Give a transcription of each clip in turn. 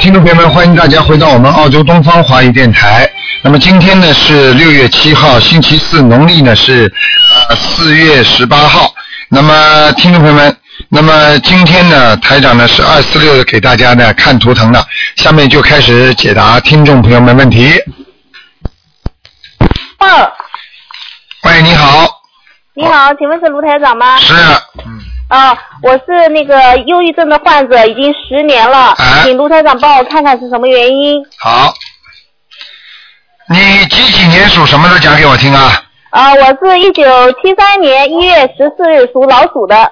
听众朋友们，欢迎大家回到我们澳洲东方华语电台。那么今天呢是6月7号，星期四，农历呢是4月18号。那么听众朋友们，那么今天呢台长呢是246的给大家呢看图腾的，下面就开始解答听众朋友们问题。喂，你好。 你好，请问是卢台长吗？ 是。 我是那个忧郁症的患者，已经10年了，请卢台长帮我看看是什么原因。 好，你几年属什么的讲给我听啊？ 我是1973年1月14日属老鼠的。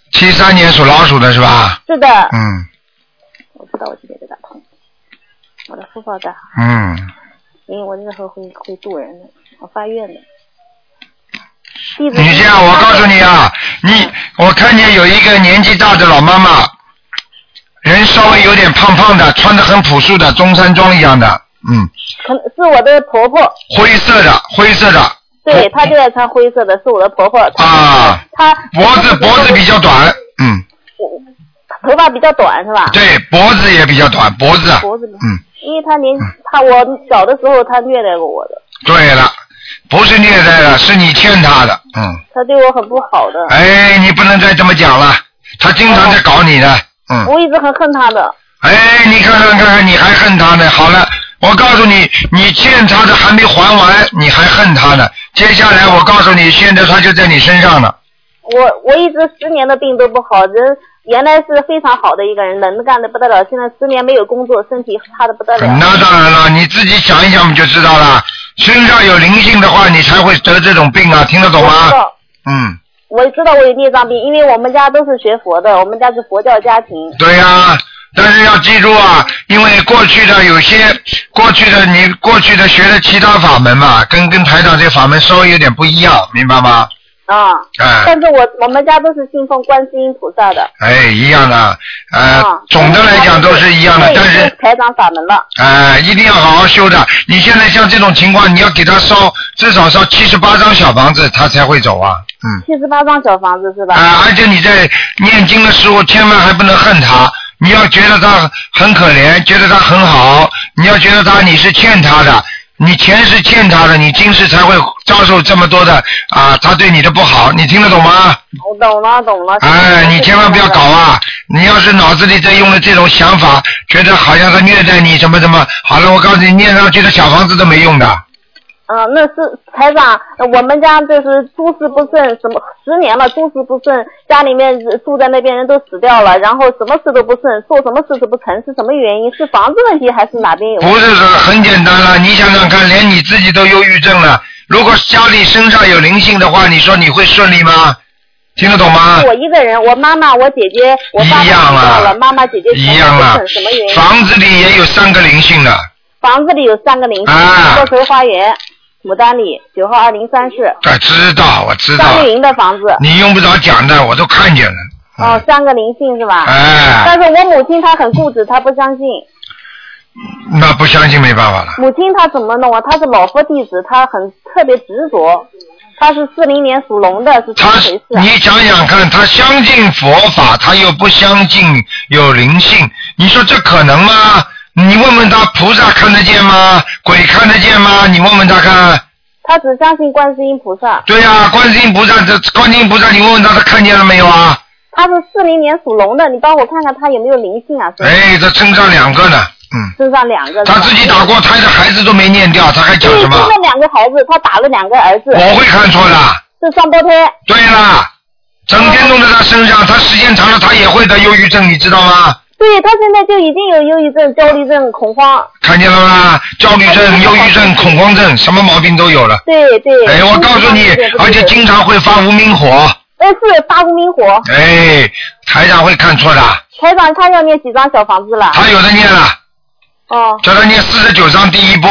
73年属老鼠的是吧？ 是的。 我知道我今天在打通，我的护照在。因为我日后会渡人的，我发愿的。 你这样，我告诉你啊，我看见有一个年纪大的老妈妈，人稍微有点胖胖的，穿得很朴素的中山装一样的， 可能是我的婆婆。灰色的。对，她就爱穿灰色的，是我的婆婆。她脖子比较短， 头发比较短是吧？ 对，脖子也比较短，脖子。 因为我小的时候她虐待过我的。 对了。不是虐待的，是你欠他的， 他对我很不好的。 哎，你不能再这么讲了，他经常在搞你的， 我一直很恨他的。 哎，你看看，你还恨他呢。好了，我告诉你，你欠他的还没还完，你还恨他呢。接下来我告诉你，现在他就在你身上了。 我一直10年的病都不好，人原来是非常好的一个人，能干的不得了，现在10年没有工作，身体差的不得了。 那当然了，你自己想一想我们就知道了。身上有灵性的话，你才会得这种病啊，听得懂吗？ 我知道我有孽障病，因为我们家都是学佛的，我们家是佛教家庭。 对呀，但是要记住啊，因为过去的你过去的学的其他法门嘛，跟台长这法门稍微有点不一样，明白吗？ 但是我们家都是信奉观世音菩萨的。 一样的，总的来讲都是一样的，但是台长法门了。 一定要好好修的。你现在像这种情况，你要给他至少烧78张小房子，他才会走啊。 78张小房子是吧？ 而且你在念经的时候，千万还不能恨他，你要觉得他很可怜，觉得他很好，你要觉得你是欠他的。你前世欠他的，你今世才会遭受这么多的他对你的不好，你听得懂吗？ 我懂了。 你千万不要搞啊！你要是脑子里在用了这种想法，觉得好像他虐待你什么，好了，我告诉你，念上去的小房子都没用的。 那是台长，我们家就是诸事不顺，什么10年了，诸事不顺，家里面住在那边人都死掉了，然后什么事都不顺，做什么事都不成，是什么原因？是房子问题还是哪边有问题？ 不是，很简单了，你想想看，连你自己都忧郁症了，如果家里身上有灵性的话，你说你会顺利吗？听得懂吗？ 我一个人，我妈妈、我姐姐、我爸爸死掉了，妈妈、姐姐一样啊， 什么原因？ 房子里也有3个灵性的。 房子里有3个灵性，过头花园。牡丹里9号203室。 我知道。 张玉云的房子。 你用不着讲的，我都看见了。 3个灵性是吧？但是我母亲她很固执，她不相信。 那不相信没办法了。 母亲她怎么弄啊？她是老佛弟子，她很特别执着。她是40年属龙的，是怎么回事？ 你想想看，她相信佛法，她又不相信有灵性，你说这可能吗？你问问他，菩萨看得见吗？鬼看得见吗？你问问他看。 他只相信观世音菩萨。 对呀，观世音菩萨，你问问他，他看见了没有啊？ 他是40年属龙的，你帮我看看他有没有灵性啊？ 他身上2个呢。 身上2个。 他自己打过胎的孩子都没念掉，他还讲什么？ 对，生了2个孩子，他打了2个儿子。 我会看错的。 是双胞胎。对了，整天弄在他身上，他时间长了他也会得忧郁症，你知道吗？ 对，他现在就已经有忧郁症、焦虑症、恐慌。 看见了吗？焦虑症、忧郁症、恐慌症，什么毛病都有了。 对。 我告诉你，而且经常会发无名火。 是发无名火。 台长会看错的。 台长他要念几张小房子了？ 他有的念了。叫他念49张第一波。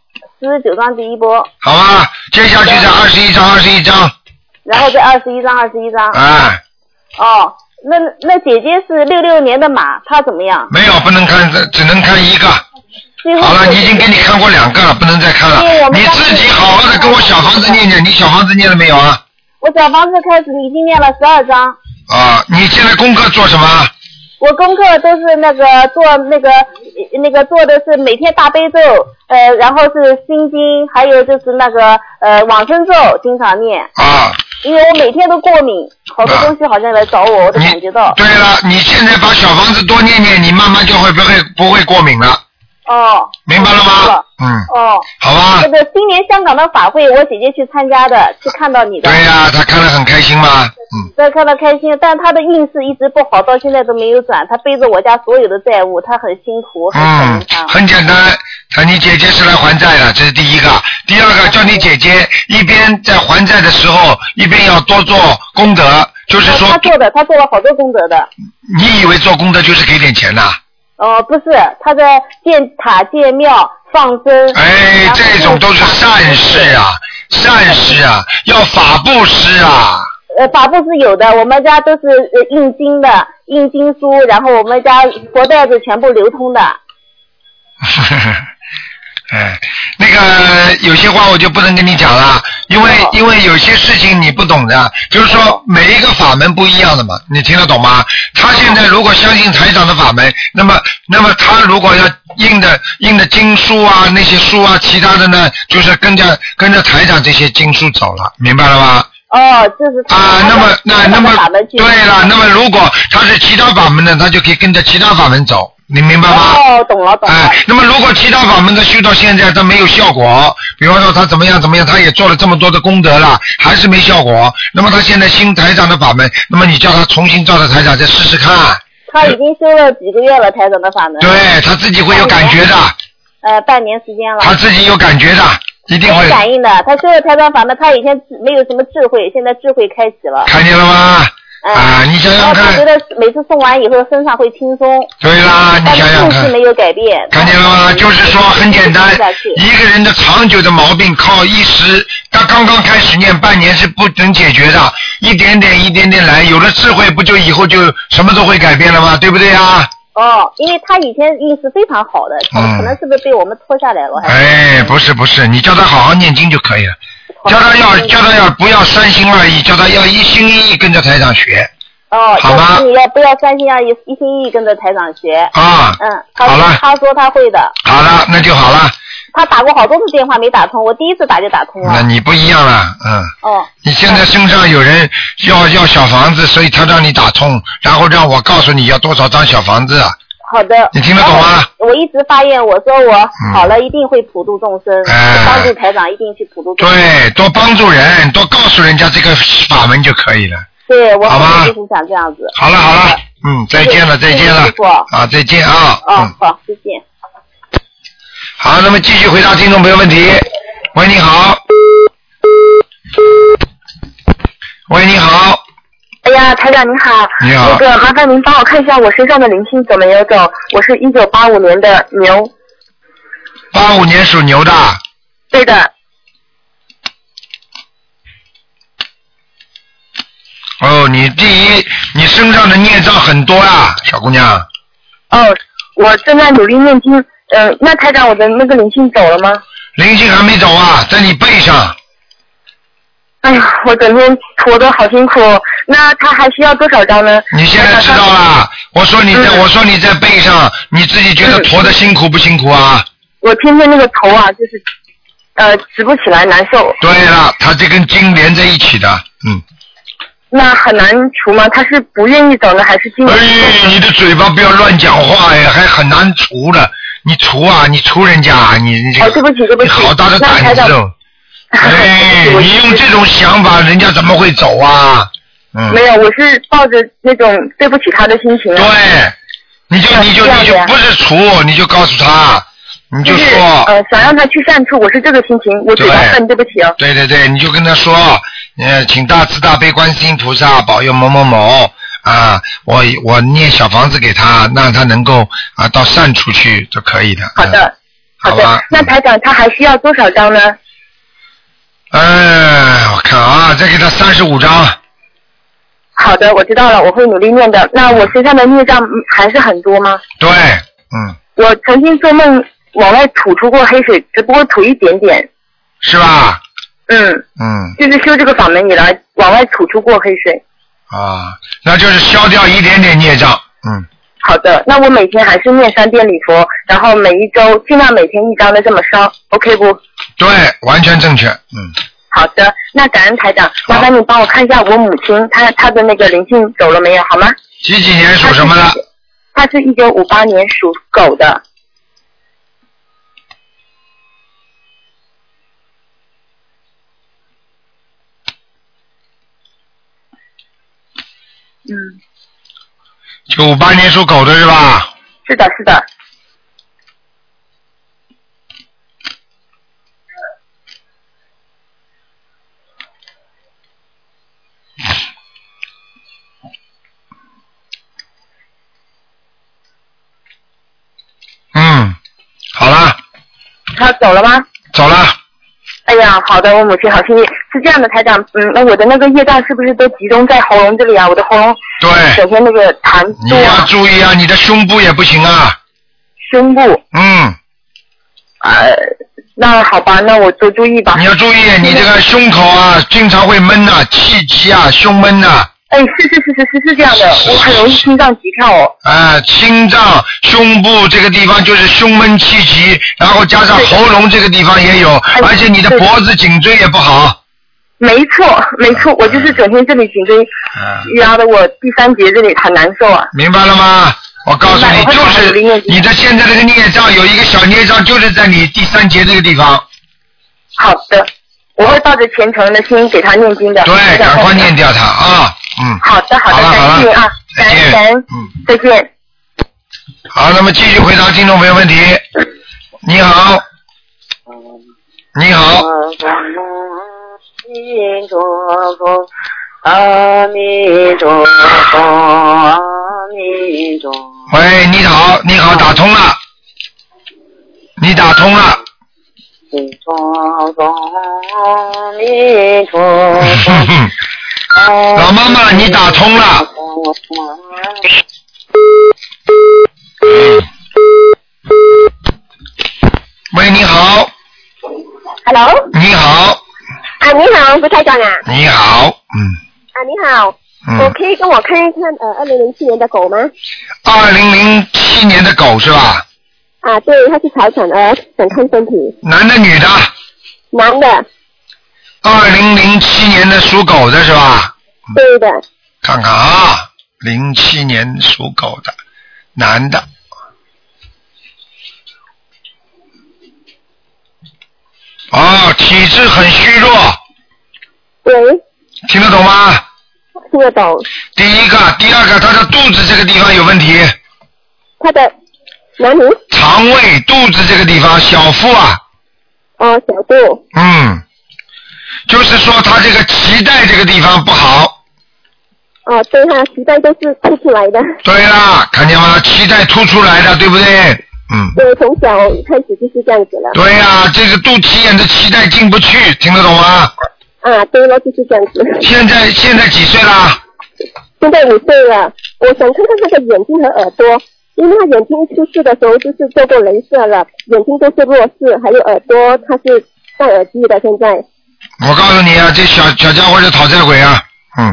49张第一波。 好吧，接下去再21张。 然后再21张。那姐姐是66年的马，她怎么样？ 没有，不能看，只能看1个。好了，你已经给你看过2个了，不能再看了。你自己好好的跟我小房子念念，你小房子念了没有啊？ 我小房子开始已经念了12张。 你现在功课做什么？ 我功课都是做那个做的是每天大悲咒，然后是心经，还有就是那个往生咒经常念。 啊。 因为我每天都过敏，好多东西好像来找我，我都感觉到。 对了，你现在把小房子多念念，你慢慢就会不会过敏了。 哦。 明白了吗？ 哦。 好吧。 这个今年香港的法会，我姐姐去参加的，去看到你的。 对呀，她看得很开心吗？ 对，看得开心，但她的运势一直不好，到现在都没有转。她背着我家所有的债务，她很辛苦，很可怜她。 很简单，你姐姐是来还债的，这是第一个。第二个，叫你姐姐一边在还债的时候，一边要多做功德，就是说。 她做了好多功德的。 你以为做功德就是给点钱呐？ 不是，她在建塔建庙放生。 哎，这种都是善事啊，善事啊，要法布施啊。 法布施有的，我们家都是印经的，印经书，然后我们家佛袋子全部流通的。 那个有些话我就不能跟你讲了，因为有些事情你不懂的，就是说每一个法门不一样的嘛，你听得懂吗？他现在如果相信台长的法门，那么他如果要印的经书啊，那些书啊，其他的呢，就是跟着台长这些经书走了，明白了吗？ 就是那么对了，那么如果他是其他法门的，他就可以跟着其他法门走，你明白吗？ 懂了。 那么如果其他法门的修到现在他没有效果，比方说他怎么样，他也做了这么多的功德了，还是没效果，那么他现在新台长的法门，那么你叫他重新照着台长再试试看。 他已经修了几个月了，台长的法门。 对，他自己会有感觉的。 半年时间了。 他自己有感觉的。一定会感应的，他修了台长法门，他以前没有什么智慧，现在智慧开启了。 看见了吗？你想想看。 他觉得每次送完以后身上会轻松。 对啦，你想想看。 但是没有改变。 看见了吗？就是说很简单，一个人的长久的毛病靠一时，他刚刚开始念半年是不能解决的，一点点来，有了智慧不就以后就什么都会改变了吗？对不对啊？ 因为他以前运势非常好的，可能是不是被我们拖下来了？ 不是，你叫他好好念经就可以了。叫他要不要三心二意，叫他要一心一意跟着台长学。好吗？ 你要不要三心二意，一心一意跟着台长学？好了。他说他会的。 好了，那就好了。 他打过好多次电话没打通，我第一次打就打通了。 那你不一样了，你现在身上有人要小房子，所以他让你打通，然后让我告诉你要多少张小房子。 好的。 你听得懂吗？ 我一直发愿，我说我好了一定会普度众生，帮助台长一定去普度众生。 对，多帮助人，多告诉人家这个法门就可以了。 对，我就是想这样子。 好了，再见了。再见啊。 好，再见。 好，那么继续回答听众朋友问题。喂，你好。喂，你好。 哎呀，台长您好。 你好。 那个麻烦您帮我看一下我身上的灵性走没有走？我是1985年的牛。 85年属牛的。 对的。 你身上的孽障很多啊，小姑娘。 我正在努力念经。那台长，我的那个灵性走了吗？ 灵性还没走啊，在你背上。 哎呀，我整天驮得好辛苦。那他还需要多少张呢？ 你现在知道了。我说你在背上，你自己觉得驮得辛苦不辛苦啊？ 我天天那个头啊，就是直不起来，难受。 对了，他这根筋连在一起的， 那很难除吗？他是不愿意走呢，还是经？ 你的嘴巴不要乱讲话呀，还很难除了。你除啊，你除人家，你对不起， 你好大的胆子哦！你用这种想法，人家怎么会走啊？ 没有，我是抱着那种对不起他的心情。 对，你就不是除，你就告诉他，你就说。 想让他去善处，我是这个心情，我嘴巴笨，对不起哦。 对，你就跟他说，请大慈大悲观世音菩萨保佑某某某。我念小房子给他，让他能够到善处去就可以的。 好的。那台长他还需要多少张呢？ 我看啊，再给他35张。 好的，我知道了，我会努力念的。那我身上的孽障还是很多吗？ 对， 我曾经做梦往外吐出过黑水，只不过吐一点点。 是吧？ 就是修这个法门以来，往外吐出过黑水。 那就是消掉一点点孽障。 好的，那我每天还是念3遍礼佛，然后每一周尽量每天1张的这么烧 ，OK 不？ 对，完全正确。 好的，那感恩台长，麻烦你帮我看一下我母亲，她的那个灵性走了没有，好吗？ 几年属什么的？ 她是1958年属狗的。 98年属狗的是吧？ 是的，是的。 好了。 他走了吗？ 走了。 哎呀，好的，我母亲好幸运。是这样的，台长，那我的那个业障是不是都集中在喉咙这里啊？我的喉咙对， 整天那个痰多。 你要注意啊，你的胸部也不行啊。 胸部。那好吧，那我多注意吧。 你要注意，你这个胸口啊，经常会闷呐，气急啊，胸闷呐。 哎，是这样的，我很容易心脏急跳哦。 心脏、胸部这个地方就是胸闷气急，然后加上喉咙这个地方也有，而且你的脖子、颈椎也不好。 没错，我就是整天这里颈椎压得我第3节这里很难受啊。 明白了吗？我告诉你，就是你的现在这个孽障有一个小孽障，就是在你第3节这个地方。 好的，我会抱着虔诚的心给他念经的。 对，赶快念掉他啊！ 好的，感谢啊，感恩，再见。 好，那么继续回答听众朋友问题。你好，你好。 弥陀佛，阿弥陀佛，阿弥陀佛。 喂，你好，打通了，你打通了。 弥陀佛，阿弥陀佛。 老妈妈，你打通了。喂，你好。 Hello。 你好。 你好，卢台长啊。 你好， 你好。我可以跟我看一看2007年的狗吗 ？2007年的狗是吧？ 对，它是早产儿，想看身体。 男的女的？ 男的。 2007年的属狗的是吧？ 对的。 看看啊，07年属狗的男的。体质很虚弱。 喂。 听得懂吗？ 听得懂。 第二个，他的肚子这个地方有问题。 他的哪里？ 肠胃、肚子这个地方，小腹啊。 小肚。 就是说他这个脐带这个地方不好。 对，他脐带都是凸出来的。 对啦，看见吗？脐带凸出来的，对不对？ 对，从小开始就是这样子了。 对呀，这个肚脐眼的脐带进不去，听得懂吗？ 对了，就是这样子。 现在几岁啦？ 现在5岁了。我想看看他的眼睛和耳朵，因为他眼睛出事的时候就是做过雷射了，眼睛都是弱视，还有耳朵他是戴耳机的。现在我告诉你啊，这小家伙是讨债鬼啊。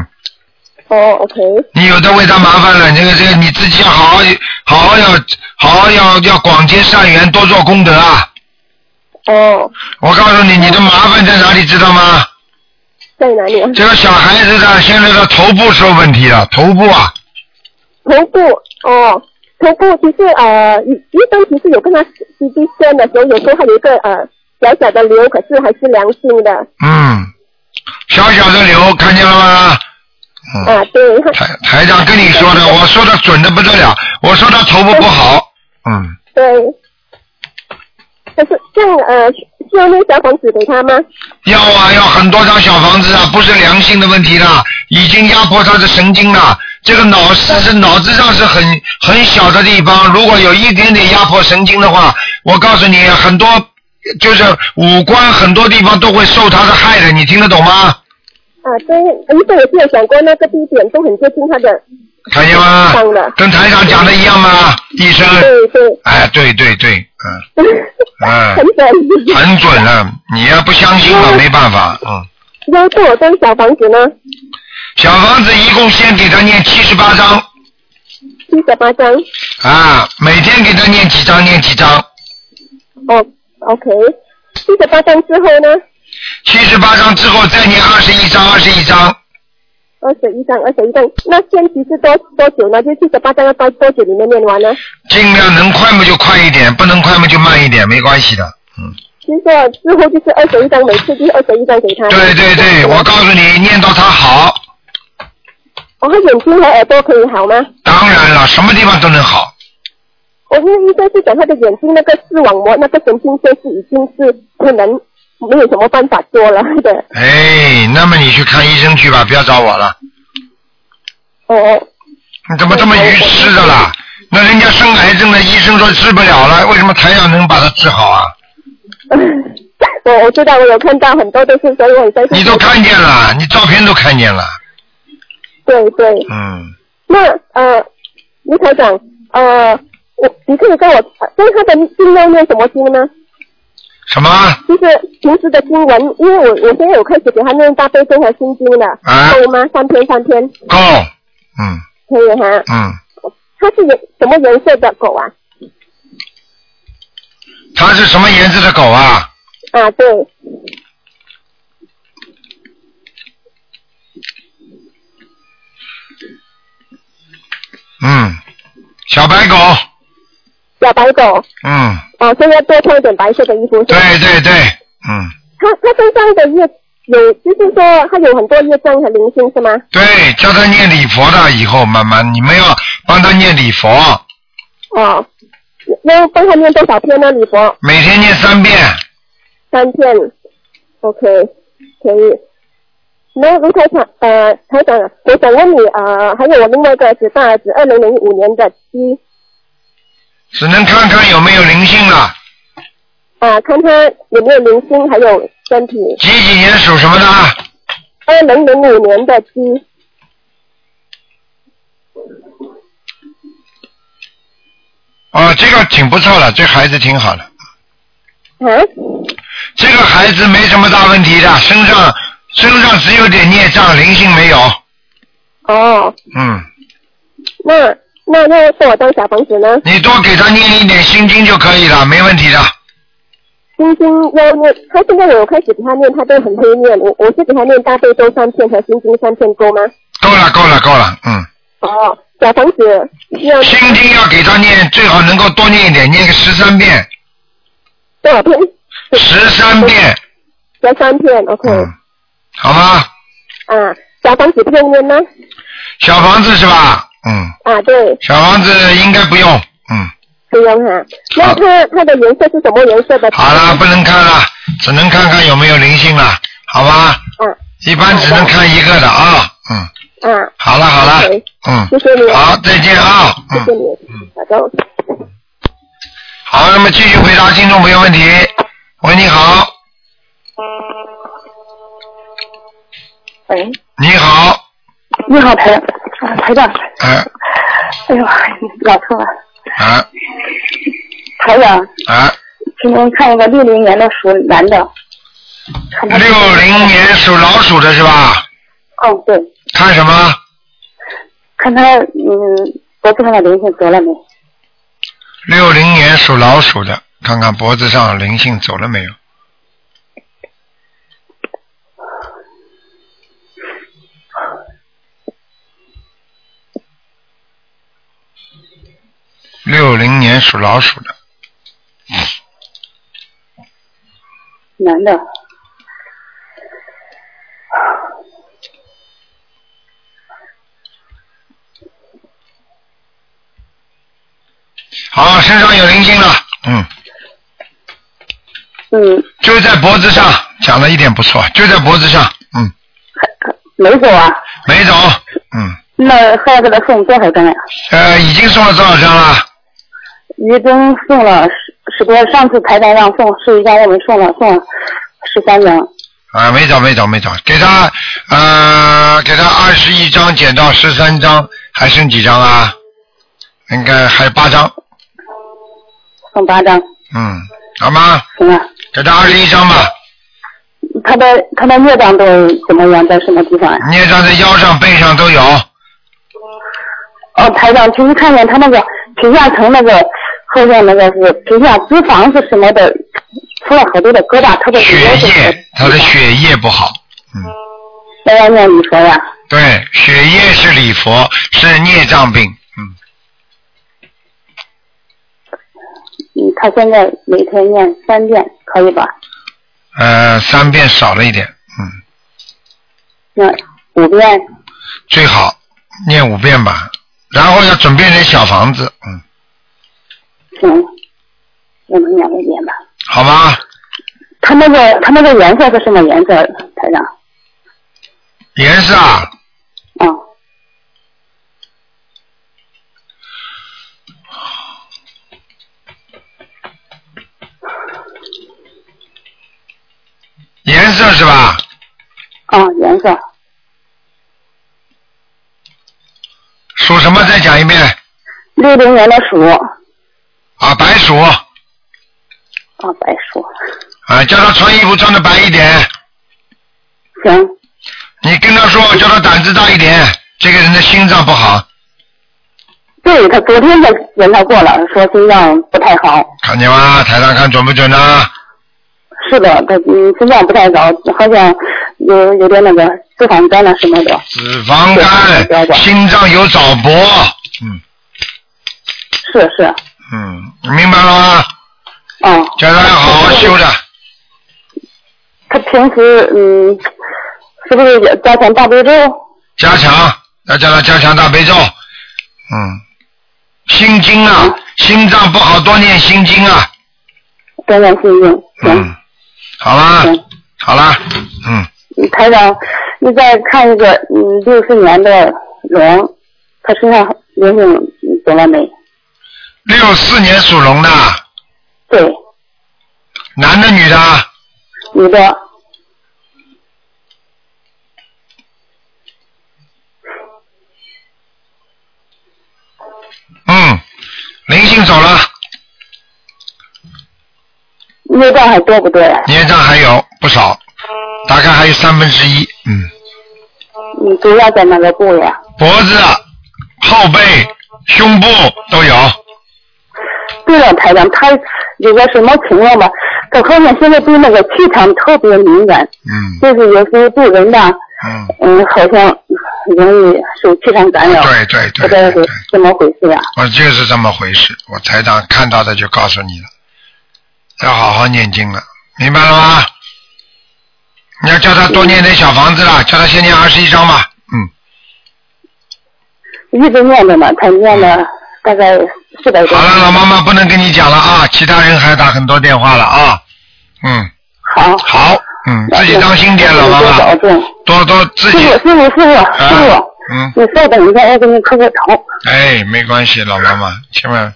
OK。 你有的为他麻烦了，这个你自己要好好要广结善缘，多做功德啊。我告诉你，你的麻烦在哪里，知道吗？ 在哪里？ 这个小孩子的现在的头部是有问题了，头部啊。 头部其实医生其实有跟他 CT scan 的时候，有时候他有一个小小的瘤，可是还是良性的。 小小的瘤，看见了吗？ 对。 台长跟你说的，我说的准的不得了，我说他头部不好。 对。可是这样需要那小房子给他吗？ 要很多张小房子啊，不是良性的问题了，已经压迫他的神经了。这个脑子上是很小的地方，如果有一点点压迫神经的话，我告诉你，很多就是五官很多地方都会受他的害的，你听得懂吗？ 对，医生也是有想过那个地点都很接近他的。 看见吗？跟台长讲的一样吗？医生。对。对。很准了，你要不相信嘛，没办法。 要多少张小房子呢？ 小房子一共先给他念78张。 78张。 啊，每天给他念几张念几张。 哦 ，OK。78张之后呢 ？78张之后再念21张，21张。 21张。那限期是多久呢？就78张要到多久里面念完呢？ 尽量能快嘛就快一点，不能快嘛就慢一点，没关系的。 就是说之后就是21张，每次就21张给他。 对，我告诉你，念到他好。 哦，他眼睛和耳朵可以好吗？ 当然了，什么地方都能好。 我因为医生是讲他的眼睛那个视网膜那个神经线是已经是可能没有什么办法做了的。 哎，那么你去看医生去吧，不要找我了。 哦。 你怎么这么愚痴的啦？那人家生癌症的医生说治不了了，为什么台长能把它治好啊？ 我知道，我有看到很多都是，所以我很相信。 你都看见了，你照片都看见了。 对。那卢台长，你可以跟我跟他的经要念什么经呢？ 什么？ 就是平时的经文，因为我现在有开始给他念大悲咒和心经了，够吗？3天。 够。 可以哈。它是什么颜色的狗啊？ 它是什么颜色的狗啊？ 啊，对。 小白狗。 小白狗。所以要多穿一点白色的衣服。 对。 它身上的业有，就是说它有很多业障和灵性是吗？ 对，叫他念礼佛的，以后慢慢你们要帮他念礼佛。 要帮他念多少篇呢？礼佛？ 每天念3遍。 3遍 ，OK， 可以。那卢台长，台长，我想问你，还有我另外一个大儿子，2005年的鸡。 只能看看有没有灵性了。 看他有没有灵性，还有身体。 几年属什么的 ？2005年的鸡。 这个挺不错的，这孩子挺好的。这个孩子没什么大问题的，身上只有点孽障，灵性没有。 那要多少张小房子呢？ 你多给他念一点心经就可以了，没问题的。 心经要念，他现在我开始给他念，他都很会念。我是给他念大悲咒3片和心经3片，够吗？ 够了。 小房子要心经要给他念，最好能够多念一点，念个13遍。 多少遍 ？13遍。 13片 ，OK。 好吗？ 小房子不用念吗？ 小房子是吧？ 对。 小房子应该不用。 不用哈。那它的颜色是什么颜色的？ 好了，不能看了，只能看看有没有灵性了，好吧？一般只能看一个的啊。好了。 谢谢你。 好，再见啊。 谢谢你。好的。 好，那么继续回答听众朋友问题。喂，你好。 喂。 你好。 你好，台长。哎呦，老错了。台长。请您看一个60年的属男的。 60年属老鼠的是吧？ 对。 看什么？ 看他脖子上的灵性走了没 ？60年属老鼠的，看看脖子上灵性走了没有？60年属老鼠的。 男的。 好，身上有灵性了。就在脖子上，讲了一点不错，就在脖子上。 没走啊？ 没走。 那还要给他送多少张呀？ 已经送了多少张了？ 已经送了10多，上次台长让送11张，我们送了13张。 没走，给他21张减到13张，还剩几张啊？应该还8张。 送8张。 好吗？ 行啊。 给他21张吧。 他的孽障都怎么样？在什么地方呀？ 孽障在腰上、背上都有。 台长，请你看看他那个皮下层那个，好像那个是皮下脂肪是什么的，出了好多的疙瘩，特别是血液，他的血液不好。 那要念礼佛呀？ 对，血液是礼佛，是孽障病。 他现在每天念3遍，可以吧 ？3遍少了一点。 念5遍。 最好念5遍吧，然后要准备点小房子。 行，我们念5遍吧。 好吗？ 他那个颜色是什么颜色，台长？ 颜色啊？颜色是吧？ 颜色。 属什么？再讲一遍。 60年的鼠。 白鼠。 白鼠。 叫他穿衣服穿的白一点。 行。 你跟他说，叫他胆子大一点，这个人的心脏不好。 对，他昨天才问他过了，说心脏不太好。 看见吗？台上看准不准啊？ 是的，他心脏不太好，好像有点那个脂肪肝了什么的。 脂肪肝，心脏有早搏。 是。 你明白了吗？叫他要好好修的。 他平时是不是加强大悲咒？ 加强，要叫他加强大悲咒。心经啊，心脏不好多念心经啊。 多念心经。 好啦，好啦。 台长，你再看一个60年的龙，他身上灵性走了没 ？64年属龙的。 对。 男的女的？ 女的。 灵性走了。 孽障还多不多呀？ 孽障还有不少，大概还有1/3。 主要在哪个部位呀？ 脖子、后背、胸部都有。 对了，台长，他有个什么情况吧？他好像现在对那个气场特别敏感。就是有时候对人吧，好像容易受气场干扰。 对。 不知道是怎么回事呀？ 我就是这么回事，我台长看到的就告诉你了，要好好念经了，明白了吗？你要叫他多念点小房子了，叫他先念21章吧。 一直念着呢，他念了大概400多。 好了，老妈妈不能跟你讲了啊，其他人还打很多电话了啊。好。自己当心点，老妈妈。多自己。 师傅。你稍等一下，我给你磕个头。 没关系，老妈妈，千万。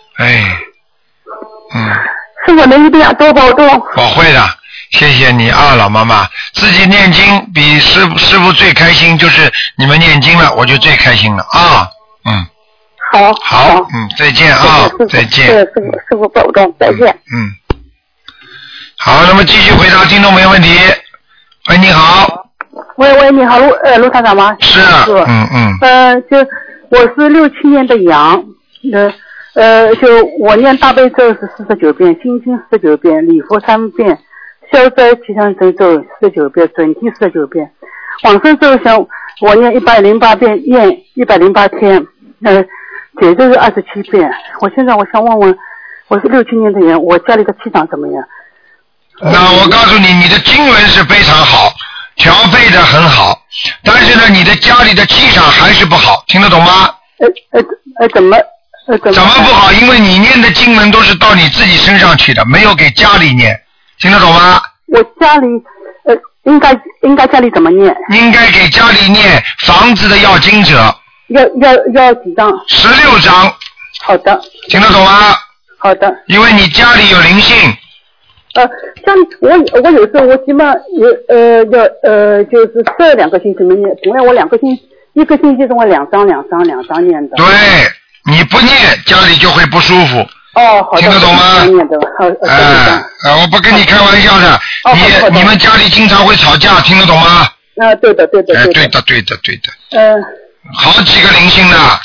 师傅，您一定要多保重。 我会的，谢谢你啊，老妈妈。自己念经比师傅最开心，就是你们念经了，我就最开心了啊。好，再见啊，再见。 师傅保重，再见。 好，那么继续回答听众没问题。喂，你好。 喂，你好，卢台长吗？ 是。 就我是67年的羊，就我念大悲咒是49遍，心经49遍，礼佛3遍，消灾吉祥神咒49遍，准提49遍，往生咒像我念108遍，念108天，解咒是27遍。我现在我想问问，我是67年的人，我家里的气场怎么样？ 那我告诉你，你的经文是非常好，调配的很好，但是呢，你的家里的气场还是不好，听得懂吗？ 怎么不好？因为你念的经文都是到你自己身上去的，没有给家里念，听得懂吗？ 我家里应该家里怎么念？ 应该给家里念房子的要经者。 要几张 ？16张。 好的。 听得懂吗？ 好的。 因为你家里有灵性。 像我有时候我起码就是这2个星期没念，本来我一个星期中我2张念的。对， 你不念家里就会不舒服。 好的。 听得懂吗？我不跟你开玩笑的。你们家里经常会吵架，听得懂吗？ 对的。 对的。好几个灵性的。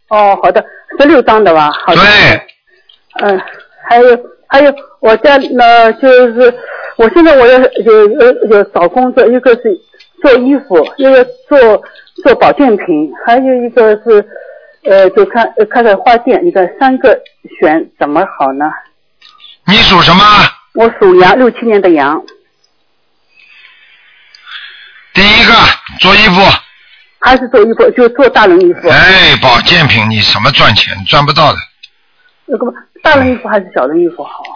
哦，好的，16张的吧？好的。 对。 还有，我家呢，就是我现在我要有找工作，一个是做衣服，一个做保健品，还有一个是就开个花店，你看3个选怎么好呢？ 你属什么？ 我属羊，67年的羊。 第一个做衣服。 还是做衣服，就做大人衣服。 哎，保健品你什么赚钱？赚不到的。 那个大人衣服还是小人衣服好？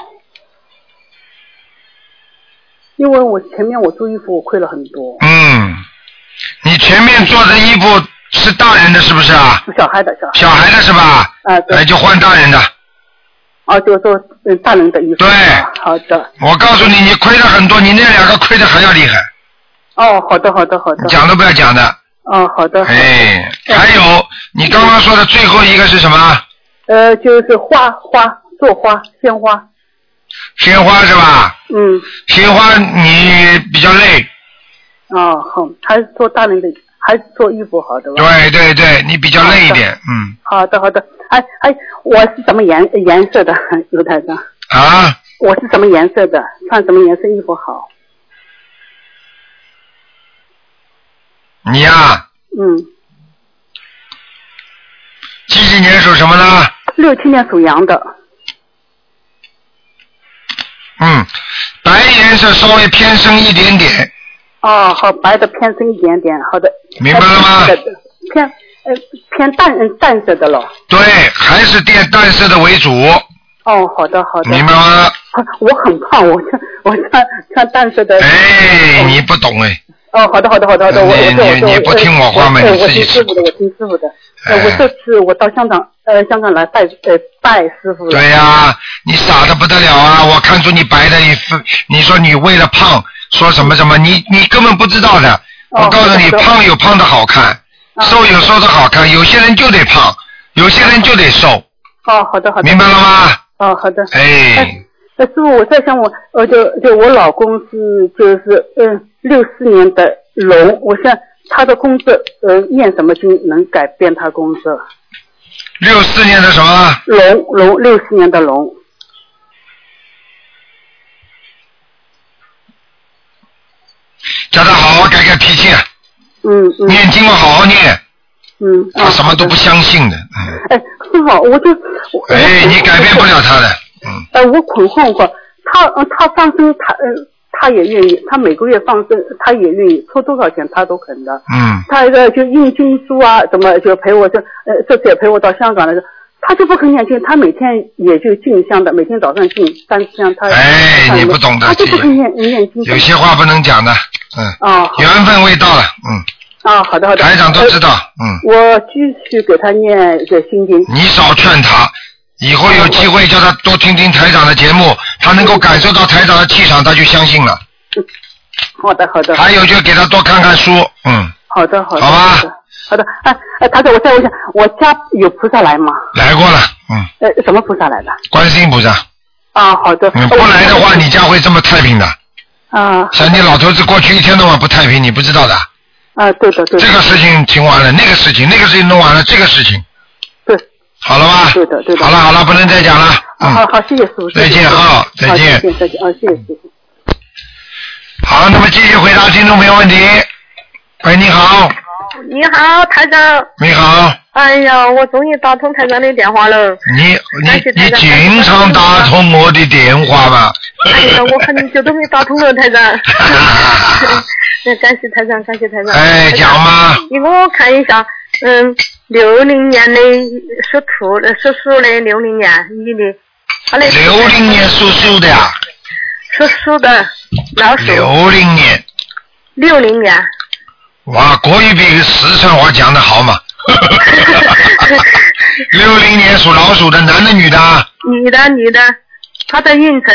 因为我前面我做衣服我亏了很多。 你前面做的衣服是大人的是不是啊？ 小孩的是吧？ 对。 就换大人的。 就做大人的衣服。 对。 好的。 我告诉你，你亏了很多，你那2个亏的还要厉害。 好的。 讲都不要讲的。 好的。 哎，还有你刚刚说的最后一个是什么？ 就是做花，鲜花。 鲜花是吧？鲜花你比较累。 好，还是做大人的，还是做衣服好的吧？ 对，你比较累一点。 好的。我是什么颜色的，卢台长？ 啊？ 我是什么颜色的？穿什么颜色衣服好？ 你呀？几年属什么呢 ？67年属羊的。 白颜色稍微偏深一点点。 好，白的偏深一点点，好的。 明白了吗？ 偏淡色的了。 对，还是淡色的为主。 好的。 明白吗？ 我很胖，我穿淡色的。 你不懂哎。 好的， 你不听我话吗？你自己我听师傅的。我这次我到香港来拜师傅了。 对呀，你傻得不得了啊！我看出你白的，你说你为了胖说什么，你根本不知道的。我告诉你，胖有胖的好看，瘦有瘦的好看。有些人就得胖，有些人就得瘦。 好的。 明白了吗？ 好的。师傅，我在想就我老公就是64年的龙，我想他的工作念什么经能改变他工作 ？64年的什么？ 龙，64年的龙。 叫他好好改脾气。念经要好好念。他什么都不相信的。 师傅， 你改变不了他的。 我捆放过他放生，他也愿意，他每个月放生，他也愿意，出多少钱他都肯的。他就印经书啊，怎么就陪我这次也陪我到香港来，他就不肯念经，他每天也就进香的，每天早上进3次香。 你不懂的， 他就不肯念经。 有些话不能讲的。缘分未到了。 好的。 台长都知道。 我继续给他念这心经。 你少劝他。以后有机会叫他多听听台长的节目，他能够感受到台长的气场，他就相信了。 好的。 还有就给他多看看书。 好的。 好吧。 好的。台长，我再问一下，我家有菩萨来吗？ 来过了。 什么菩萨来的？ 观世音菩萨。 好的。 不来的话，你家会这么太平的。像你老头子过去一天到晚不太平，你不知道的。 对。 这个事情听完了，那个事情弄完了，这个事情。好了吧？ 对的。 好了，不能再讲了。 好，谢谢师傅。 再见。再见。 谢谢师傅。 好，那么继续回答听众没有问题。喂，你好。 你好，台长。 你好。 哎呀，我终于打通台长的电话了。 你经常打通我的电话吧？ 哎呀，我很久都没打通了，台长。感谢台长。 讲嘛。 你给我看一下，60年的属兔的，属鼠的，60年女的。 60年属鼠的呀？ 属鼠的老鼠。 60年。 60年。 哇，国语比四川话讲得好嘛。60年属老鼠的，男的女的？ 女的，她的运程。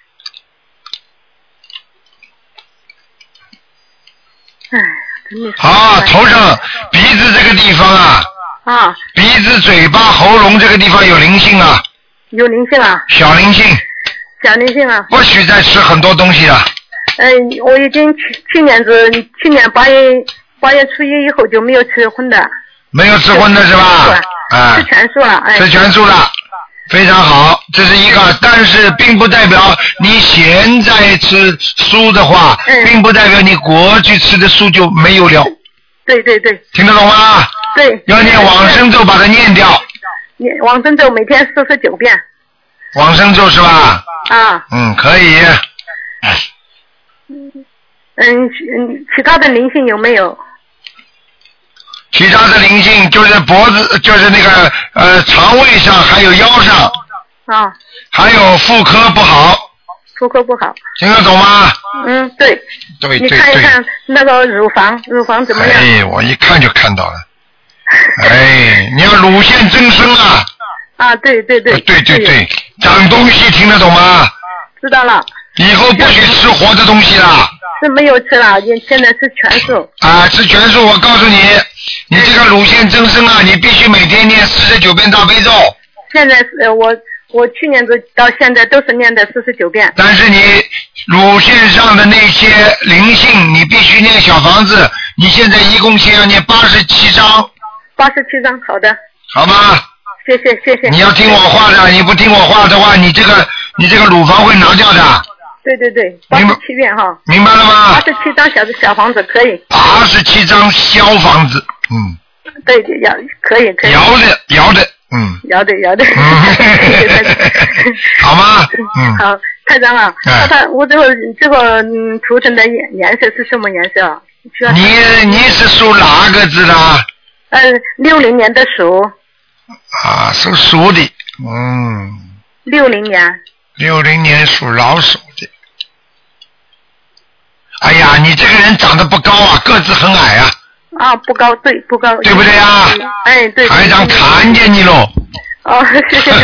真的是。 头上鼻子这个地方啊。鼻子、嘴巴、喉咙这个地方有灵性啊。 有灵性啊。 小灵性。 小灵性啊。 不许再吃很多东西了。 我已经去年8月初1以后就没有吃荤的。 没有吃荤的是吧？ 啊， 吃全素了，哎， 吃全素了。非常好，这是一个，但是并不代表你现在吃素的话，并不代表你过去吃的素就没有了。 对对对。 听得懂吗？ 对。 要念往生咒，把它念掉。 念往生咒每天49遍。 往生咒是吧？ 啊。 可以。 其他的灵性有没有？ 其他的灵性就是脖子，就是那个肠胃上，还有腰上。 啊。 还有妇科不好。 妇科不好。 听得懂吗？ 对。 对。 你看一看那个乳房怎么样？ 哎，我一看就看到了。哎，你要乳腺增生啊。 啊，对对对。 对，长东西听得懂吗？ 知道了。 以后不许吃活的东西了。 是没有吃了，现在吃全素。 啊，吃全素，我告诉你，你这个乳腺增生啊，你必须每天念49遍大悲咒。 现在是我去年到现在都是念的49遍。 但是你乳腺上的那些灵性，你必须念小房子，你现在一共先要念87章。 87章，好的。 好吗？ 谢谢。 你要听我话的，你不听我话的话，你这个乳房会拿掉的。 对，87遍哈。 明白了吗 ？87张小房子可以。 87张小房子， 对，可以。 摇的。 摇的。 好吗？ 好，台长啊，我这个图腾的颜色是什么颜色啊？ 你是属哪个字的 ？60年的鼠。 啊，属鼠的。 60年。 60年属老鼠的。哎呀，你这个人长得不高啊，个子很矮啊。 啊，不高，对，不高。 对不对啊？ 哎，对。 台长看见你喽。 哦，谢谢。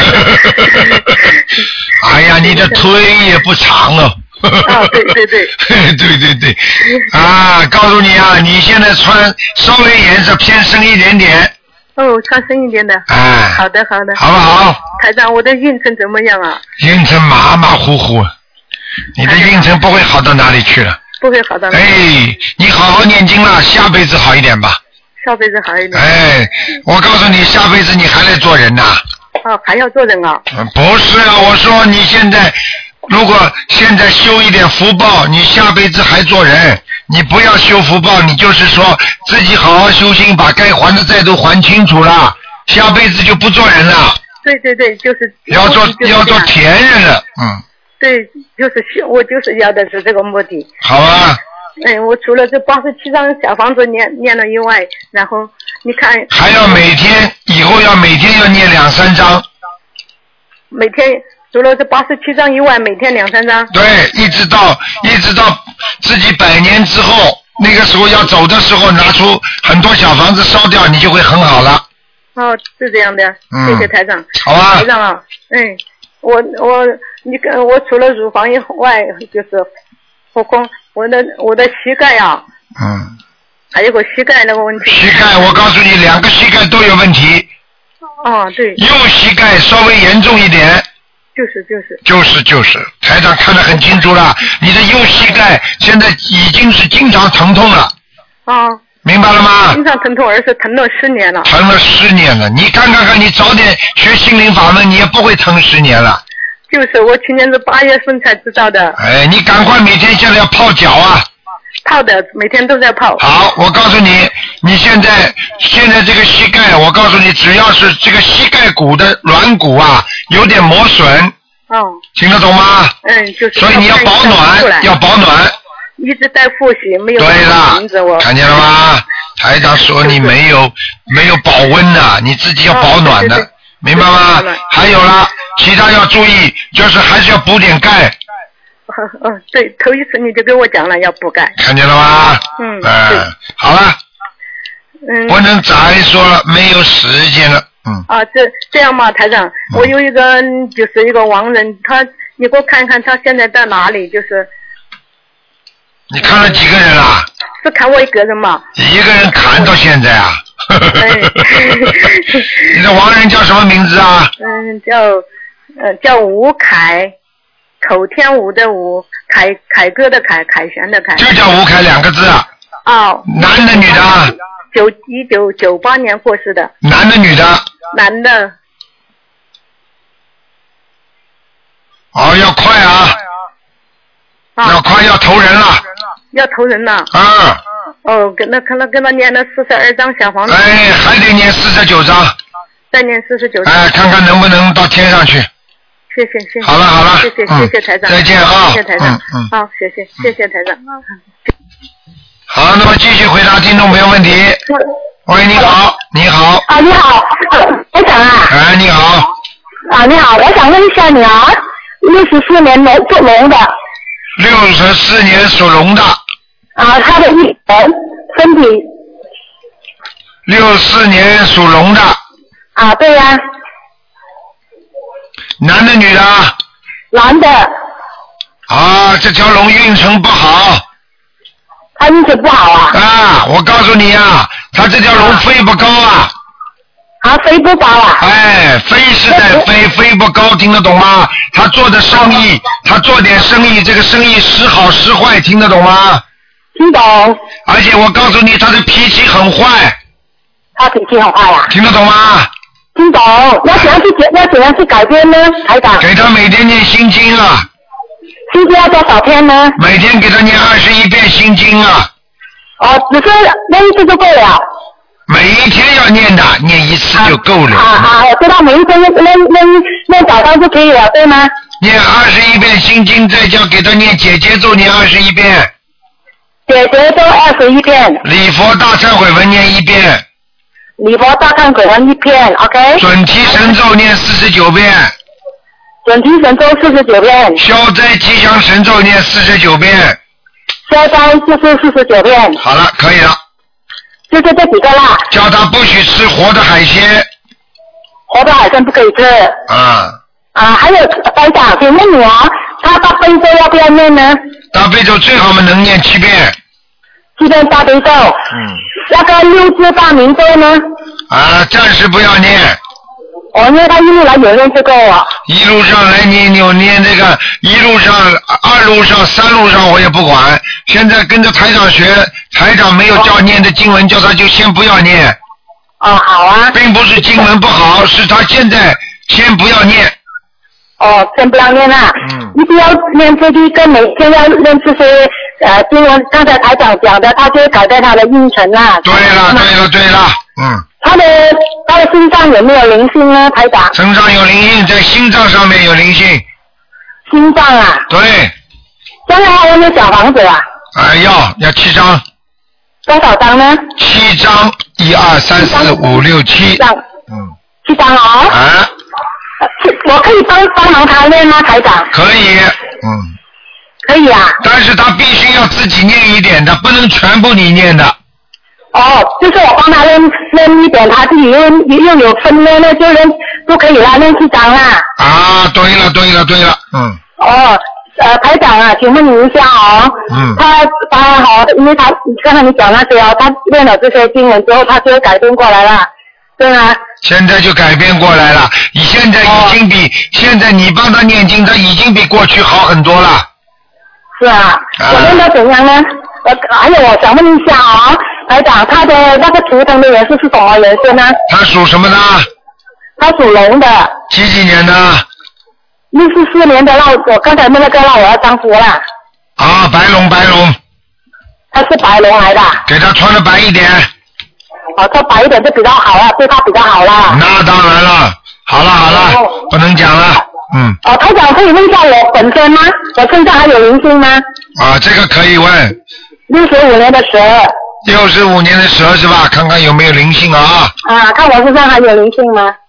哎呀，你的腿也不长哦。 啊，对。 对。啊，告诉你啊，你现在穿稍微颜色偏深一点点。 哦，穿深一点的。 哎。 好的。 好不好？ 台长，我的运程怎么样啊？ 运程马马虎虎，你的运程不会好到哪里去了。 不会好到哪里。 哎，你好好念经了，下辈子好一点吧。 下辈子好一点。 哎，我告诉你，下辈子你还来做人呐。 哦，还要做人啊？ 不是啊，我说你现在如果现在修一点福报，你下辈子还做人。你不要修福报，你就是说自己好好修心，把该还的债都还清楚了，下辈子就不做人了。 对，就是要做田人了， 对，我就是要的是这个目的。 好啊。 我除了这87张小房子念了以外，然后你看还要以后要每天要念2-3张。 每天除了这87张以外，每天2-3张。 对，一直到自己100年之后，那个时候要走的时候，拿出很多小房子烧掉，你就会很好了。 哦，是这样的。谢谢台长。 好啊。 台长啊，我除了乳房以外，就是后空，我的膝盖啊。还有个膝盖那个问题。 膝盖，我告诉你，2个膝盖都有问题。 哦，对。 右膝盖稍微严重一点。就是，台长看得很清楚了，你的右膝盖现在已经是经常疼痛了。明白了吗？ 经常疼痛，而且疼了10年了。 疼了10年了，你看，你早点学心灵法门，你也不会疼10年了。 就是我去年是8月份才知道的。 哎，你赶快每天现在要泡脚啊。 泡的，每天都在泡。 好，我告诉你，你现在这个膝盖，我告诉你，只要是这个膝盖骨的软骨啊有点磨损。听得懂吗？ 就是。 所以你要保暖， 一直在复习，没有。 对了，看见了吗？台长说你没有保温的，你自己要保暖的，明白吗？还有啦，其他要注意，就是还是要补点钙。 对，头一次你就跟我讲了要补钙。 看见了吗？好了。不能再说了，没有时间了。 这样嘛，台长，我有一个就是一个亡人，你给我看看他现在在哪里？就是。 你看了几个人啦？ 是看我一个人嘛。 一个人看到现在啊？你的亡人叫什么名字啊？ 叫吴凯，口天吴的吴，凯歌的凯，凯旋的凯。 就叫吴凯2个字啊？ 哦。 男的女的？ 1998年过世的。 男的女的男的。 哦，要快啊！要快，要投人了。 要投人了。 啊。 哦，跟他念了42张小房子。 哎，还得念49张。 再念49张。 哎，看看能不能到天上去。 谢谢。 好了。 谢谢台长。 再见啊！ 谢谢台长。好，谢谢台长。 好，那么继续回答听众朋友问题。喂，你好。 你好，台长啊。 哎，你好。 你好，我想问一下你啊，64年属龙的。 64年属龙的。 他的身体。 64年属龙的。 对呀。 男的女的？ 男的。 这条龙运程不好。 他运程不好啊？ 我告诉你啊，他这条龙飞不高啊。 飞不高啊？ 哎，飞是在飞不高，听得懂吗？他做的生意，他做点生意，这个生意时好时坏，听得懂吗？ 听懂。 而且我告诉你，他的脾气很坏。 他脾气很坏呀？ 听得懂吗？ 听懂。要怎样去改变呢，台长？ 给他每天念心经啊。 心经要多少天呢？ 每天给他念21遍心经啊。 只是念一次就够了。 每一天要念的，念一次就够了。 我知道每一天念早上就可以了，对吗？ 念21遍心经，再叫给他念姐姐咒念21遍。 姐姐咒21遍。 礼佛大忏悔文念1遍。 礼佛大忏悔文1遍 ，OK。 准提神咒念49遍。 准提神咒49遍。 消灾吉祥神咒念49遍。 消灾就是49遍。 好了，可以了。 就是这几个啦。 叫他不许吃活的海鲜。 活的海鲜不可以吃。还有台长，请问你他大悲咒要不要念呢？ 大悲咒最好能念7遍。 7遍大悲咒。那个6字大明咒呢？ 暂时不要念。 因为他一路来有念这个一路上来你有念这个，一路上、2路上、3路上我也不管。现在跟着台长学，台长没有叫念的经文，叫他就先不要念。 好啊。 并不是经文不好，是他现在先不要念。 先不要念啊。一定要念这一个，每天要念这些经文。刚才台长讲的，他就会改变他的运程啦。 对了。 他的心脏有没有灵性呢，台长？ 身上有灵性，在心脏上面有灵性。 心脏啊？ 对。 将来还有没有小房子啊？ 要7张。 多少张呢 ？7张，1、2、3、4、5、6、7。 7张我可以帮忙他念吗，台长？ 可以。 可以啊。 但是他必须要自己念一点的，不能全部你念的。 就是我帮他念一点，他自己又有分念，那就念都可以啦，念7张啦。 对了。 台长啊，请问你一下他因为刚才你讲那些他念了这些经文之后，他就会改变过来了，对吗？ 现在就改变过来了，你现在已经比现在你帮他念经，他已经比过去好很多了。 是啊。我念到怎样呢？还有我想问一下台长，他的那个图腾的颜色是什么颜色呢？ 他属什么的？ 他属龙的。 几年的 ？64年的我刚才那个让我要丈夫啦。 白龙。 他是白龙来的。给他穿的白一点。 穿白一点就比较好了，对他比较好了。 那当然了。好了，不能讲了。 台长可以问一下我本身吗？我身上还有灵性吗？ 这个可以问。 65年的蛇。 65年的蛇是吧？看看有没有灵性啊。 看我身上还有灵性吗？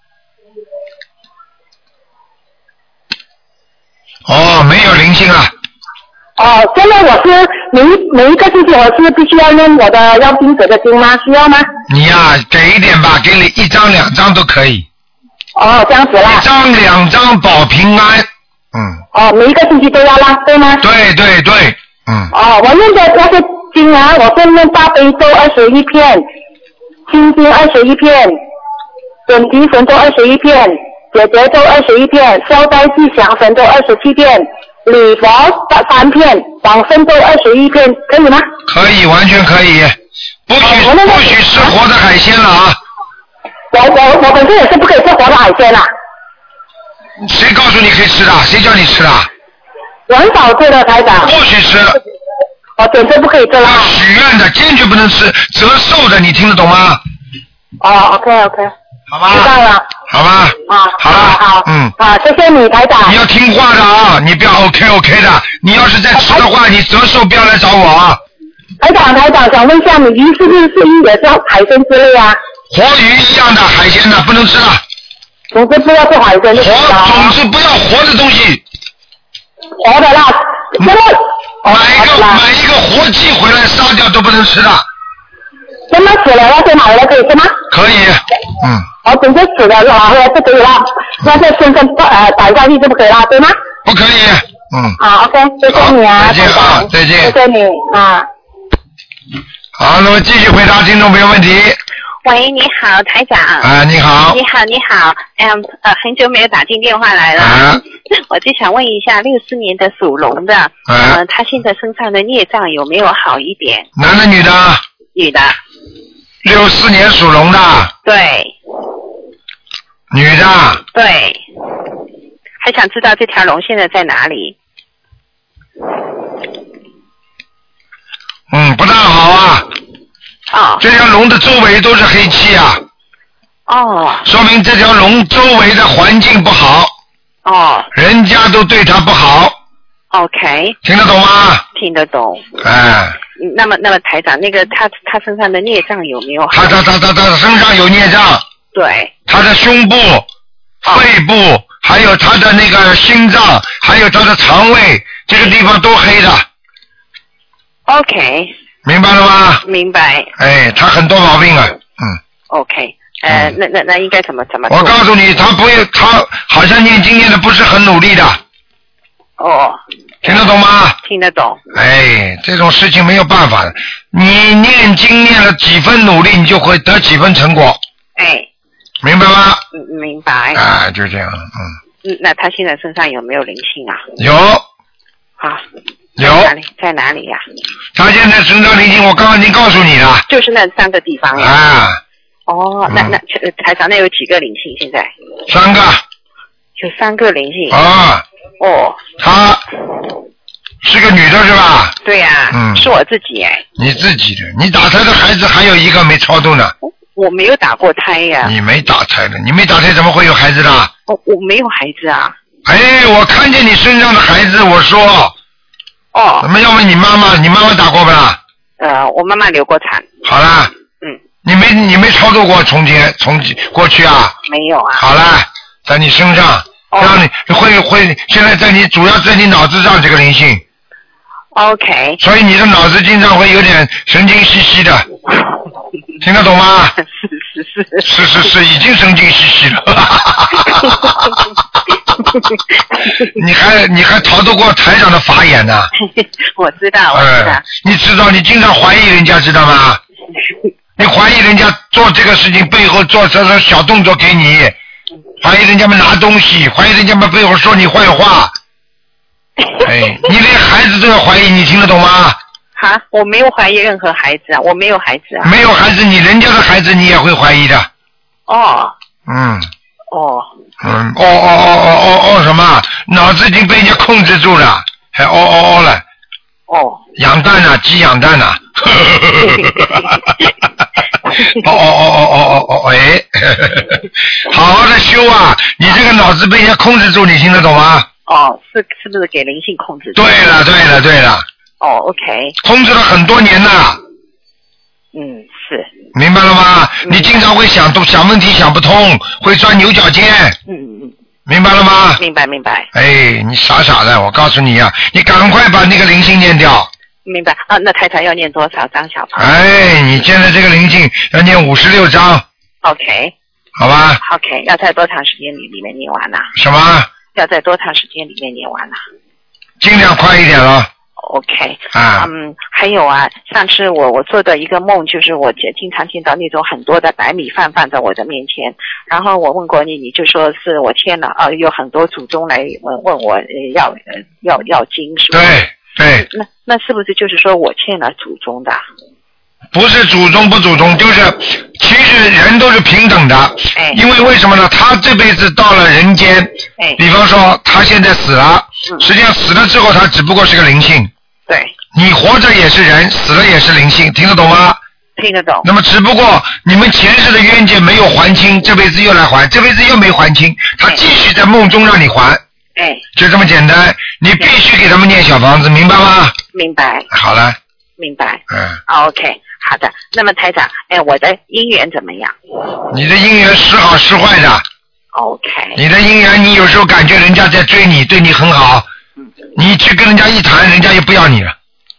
没有灵性啊。 现在我是每一个星期我是必须要念我的要经者的经吗？需要吗？ 你给一点吧，给你1张2张都可以。 这样子啦。1 张2张保平安。 每一个星期都要啦，对吗？ 对。 我念的那些经我是念大悲咒21片，心经21片，准提神咒21片，解结咒21片，消灾吉祥神咒27片，礼佛3片，往生咒21片，可以吗？ 可以，完全可以。不许吃活的海鲜了我本身也是不可以吃活的海鲜的。 谁告诉你可以吃的？谁叫你吃的？ 我很少吃的，台长。 不许吃。 我简直不可以吃了。 要许愿的，坚决不能吃，折寿的，你听得懂吗？ 哦 ，OK， 好吧。 知道了。 好吧。好了。 好。好，谢谢你，台长。 你要听话的啊，你不要 OK 的。你要是再吃的话，你折寿不要来找我啊。 台长，想问一下，你鱼是不是也是海鲜之类啊？ 活鱼一样的海鲜的不能吃了。 总之不要吃海鲜就行了。 总之不要活的东西。 活的啦。 买一个活鸡回来杀掉都不能吃的。 真的死了要再买了可以吃吗？ 可以。 总之死了回来就可以了。那在身上打下去就不可以了，对吗？ 不可以。 好 ，OK， 谢谢你啊， 再见啊，再见。 谢谢你啊。 好，那么继续回答听众朋友问题。 喂，你好，台长。 你好。 你好，很久没有打进电话来了。我就想问一下，64年的属龙的，他现在身上的孽障有没有好一点？ 男的女的？ 女的。 64年属龙的。 对。 女的。 对。还想知道这条龙现在在哪里？ 不大好啊。这条龙的周围都是黑气啊。说明这条龙周围的环境不好。人家都对他不好。 OK。 听得懂吗？ 听得懂。那么台长，那个他身上的孽障有没有？ 他身上有孽障。 对。 他的胸部、肺部，还有他的那个心脏，还有他的肠胃，这个地方都黑的。 OK。 明白了吗？ 明白。 他很多毛病啊。 OK。那应该怎么做？ 我告诉你，他好像念经念的不是很努力的。听得懂吗？ 听得懂。 这种事情没有办法的。你念经念了几分努力，你就会得几分成果。明白吗？ 明白。 就这样。 那他现在身上有没有灵性啊？ 有。有。 在哪里呀？ 他现在身上灵性，我刚刚已经告诉你了。 就是那3个地方呀。那台长，那有几个灵性现在？3个。有3个灵性。她是个女的是吧？ 对呀、是我自己哎。 你自己的，你打胎的孩子还有一个没超度呢。 我没有打过胎呀。 你没打胎的，你没打胎怎么会有孩子的？ 我没有孩子啊。 哎，我看见你身上的孩子，我说。 哦。 那么要问你妈妈，你妈妈打过不啦？ 我妈妈流过产。 好啦。你没超度过从过去啊？ 没有啊。 好啦，在你身上，让你会现在主要在你脑子上这个灵性。 OK。 所以你的脑子经常会有点神经兮兮的，听得懂吗？是，已经神经兮兮了。你还逃得过台长的法眼呢？ 我知道。 你知道你经常怀疑人家，知道吗？你怀疑人家做这个事情背后做这种小动作给你，怀疑人家们拿东西，怀疑人家们背后说你坏话。哎，你连孩子都要怀疑，你听得懂吗？ 我没有怀疑任何孩子啊，我没有孩子啊。 没有孩子，你人家的孩子你也会怀疑的。什么？脑子已经被人家控制住了，还了。养蛋呢，鸡养蛋呢。好好的修啊！你这个脑子被人家控制住，你听得懂吗？ 是不是给灵性控制住？ 对了。 OK。 控制了很多年了。 是。 明白了吗？你经常会想问题想不通，会钻牛角尖。明白了吗？ 明白。 哎，你傻的，我告诉你啊，你赶快把那个灵性念掉。 明白啊，那太太要念多少张小房？ 哎，你现在这个灵性要念56张。 OK。 好吧。 OK， 要在多长时间里面念完呢？ 什么？ 要在多长时间里面念完呢？ 尽量快一点了。 OK。还有啊，上次我做的一个梦，就是我经常见到那种很多的白米饭放在我的面前，然后我问过你，你就说是我欠了有很多祖宗来问我要经，是吧？ 对。 那是不是就是说我欠了祖宗的？ 不是祖宗不祖宗，就是其实人都是平等的。因为为什么呢？他这辈子到了人间，比方说他现在死了，实际上死了之后他只不过是个灵性。 对。 你活着也是人，死了也是灵性，听得懂吗？ 听得懂。 那么只不过你们前世的冤结没有还清，这辈子又来还，这辈子又没还清，他继续在梦中让你还。就这么简单，你必须给他们念小房子，明白吗？ 明白。 好了。 明白。OK， 好的。那么台长，我的姻缘怎么样？ 你的姻缘时好时坏的。 OK。 你的姻缘，你有时候感觉人家在追你，对你很好，你去跟人家一谈，人家又不要你了。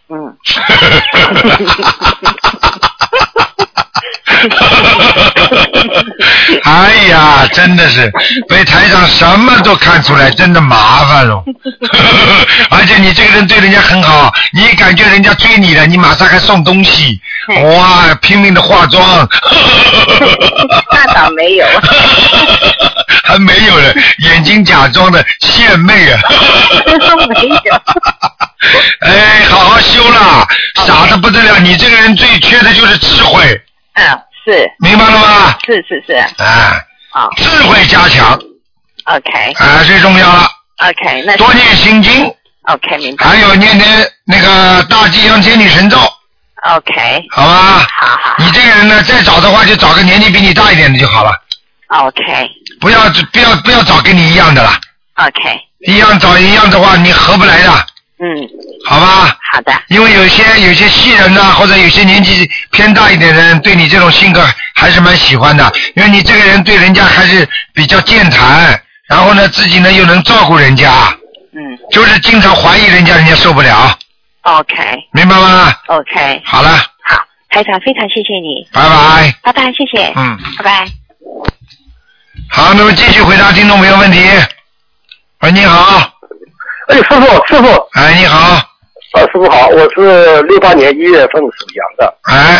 哎呀，真的是被台上什么都看出来，真的麻烦了。而且你这个人对人家很好，你感觉人家追你了，你马上还送东西，哇，拼命的化妆。 那倒没有。 还没有人，眼睛假装的献媚啊。 没有。 哎，好好修啦，傻得不得了。你这个人最缺的就是智慧。 是。 明白了吗？ 是。 智慧加强。 OK。 最重要了。 OK， 那多念心经。 OK， 明白。 还有念那个大吉祥天女神咒。 OK。 好吧。 好。 你这个人呢，再找的话就找个年纪比你大一点的就好了。 OK。 不要找跟你一样的了。 OK。 找一样的话，你合不来的。好吧。 好的。 因为有些戏人呐，或者有些年纪偏大一点的人，对你这种性格还是蛮喜欢的，因为你这个人对人家还是比较健谈，然后呢自己呢又能照顾人家。就是经常怀疑人家，人家受不了。 OK。 明白吗 ？OK。 好了。 好，台长非常谢谢你。 拜拜。 拜拜，谢谢。拜拜。 好，那么继续回答听众朋友问题。喂，你好。 师傅。 哎，你好。 师傅好，我是68年1月份属羊的。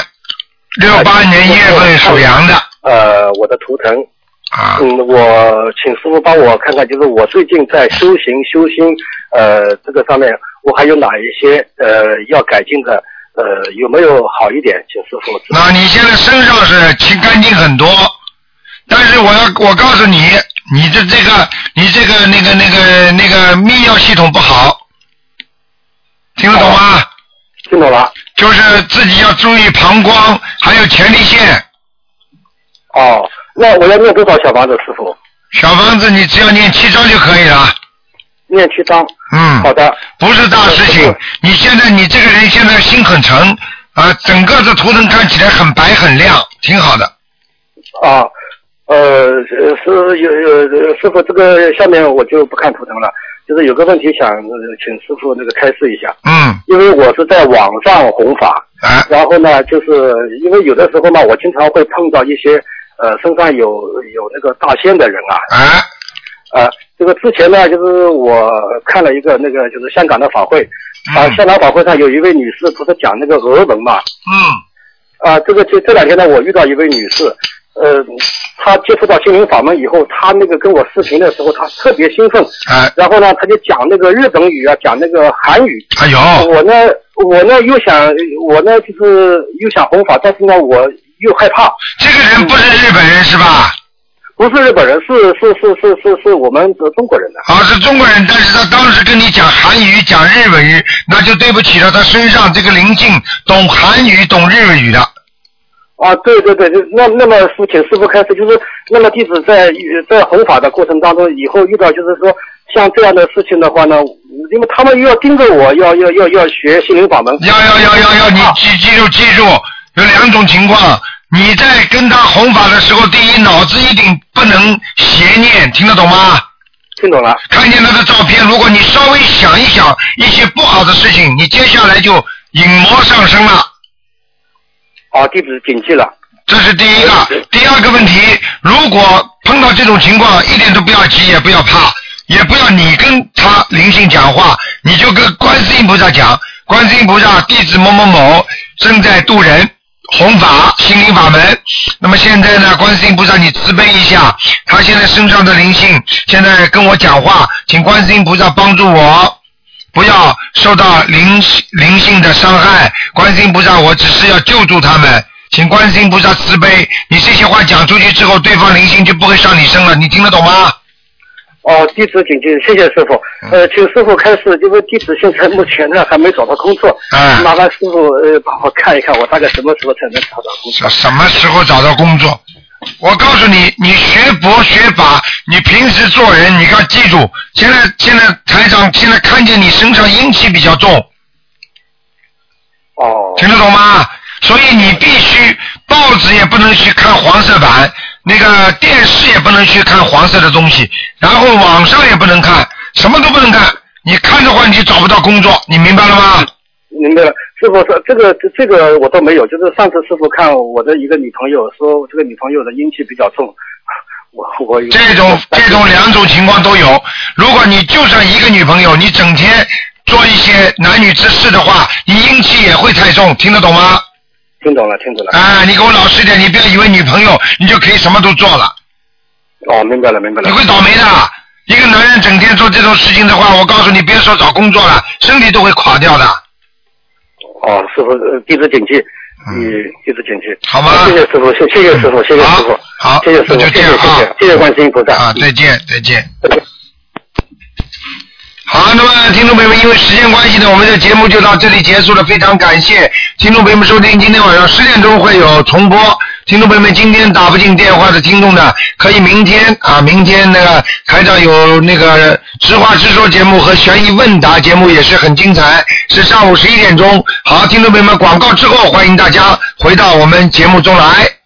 68年1月份属羊的。 我的图腾。我请师傅帮我看看，就是我最近在修心，这个上面我还有哪一些要改进的，有没有好一点，请师傅。 那你现在身上是清干净很多，但是我告诉你，你这个那个泌尿系统不好，听得懂吗？ 听懂了。 就是自己要注意膀胱，还有前列腺。 那我要念多少小房子，师傅？ 小房子你只要念7章就可以了。 念7章。好的。 不是大事情。你这个人现在心很沉整个的图腾看起来很白很亮，挺好的。师傅，这个下面我就不看图腾了，就是有个问题想请师傅那个开示一下。因为我是在网上弘法，然后呢，就是因为有的时候嘛，我经常会碰到一些身上有那个大仙的人这个之前呢，就是我看了一个那个就是香港的法会，香港法会上有一位女士不是讲那个俄文嘛，这两天呢，我遇到一位女士，她接触到心灵法门以后，她那个跟我视频的时候，她特别兴奋，然后呢，她就讲那个日本语讲那个韩语，我呢就是又想弘法，但是呢我又害怕。 这个人不是日本人是吧？ 不是日本人，是我们的中国人的。 是中国人，但是他当时跟你讲韩语、讲日本语，那就对不起了，他身上这个灵性懂韩语、懂日本语的。 对，那么请师傅开始，就是那么弟子在弘法的过程当中，以后遇到就是说像这样的事情的话呢，因为他们又要盯着我，要学心灵法门。 要，你记住，有2种情况。你在跟他弘法的时候，第一，脑子一定不能邪念，听得懂吗？ 听懂了。 看见他的照片，如果你稍微想一想一些不好的事情，你接下来就引魔上身了。 弟子谨记了。 这是第一个。第二个问题，如果碰到这种情况，一点都不要急，也不要怕，也不要你跟他灵性讲话，你就跟观世音菩萨讲，观世音菩萨弟子某某某正在度人。弘法心灵法门，那么现在呢，观世音菩萨你慈悲一下，他现在身上的灵性现在跟我讲话，请观世音菩萨帮助我， 不要受到灵性的伤害。观世音菩萨，我只是要救助他们，请观世音菩萨慈悲。你这些话讲出去之后，对方灵性就不会上你身了，你听得懂吗？ 弟子谨记，谢谢师傅。请师傅开示，因为弟子现在目前呢还没找到工作，麻烦师傅帮我看一看，我大概什么时候才能找到工作？ 什么时候找到工作？我告诉你，你学佛学法，你平时做人，你要记住，现在台长现在看见你身上阴气比较重，听得懂吗？所以你必须报纸也不能去看黄色版，那个电视也不能去看黄色的东西，然后网上也不能看，什么都不能看。你看的话，你就找不到工作，你明白了吗？ 明白了。师傅说这个我都没有，就是上次师傅看我的一个女朋友，说这个女朋友的阴气比较重，我这种两种情况都有。如果你就算一个女朋友，你整天做一些男女之事的话，你阴气也会太重，听得懂吗？ 听懂了。 你给我老实点，你不要以为女朋友你就可以什么都做了。 明白了。 你会倒霉的。一个男人整天做这种事情的话，我告诉你，别说找工作了，身体都会垮掉的。 师傅，弟子谨记，弟子谨记。 好吗？ 谢谢师傅，谢谢师傅，谢谢师傅。 好， 谢谢师傅，谢谢观世音菩萨。 再见。好，那么听众朋友们，因为时间关系呢，我们的节目就到这里结束了。非常感谢听众朋友们收听，今天晚上10点钟会有重播。听众朋友们，今天打不进电话的听众呢，可以明天那个台长有那个直话直说节目和悬疑问答节目也是很精彩，是上午11点钟。好，听众朋友们，广告之后欢迎大家回到我们节目中来。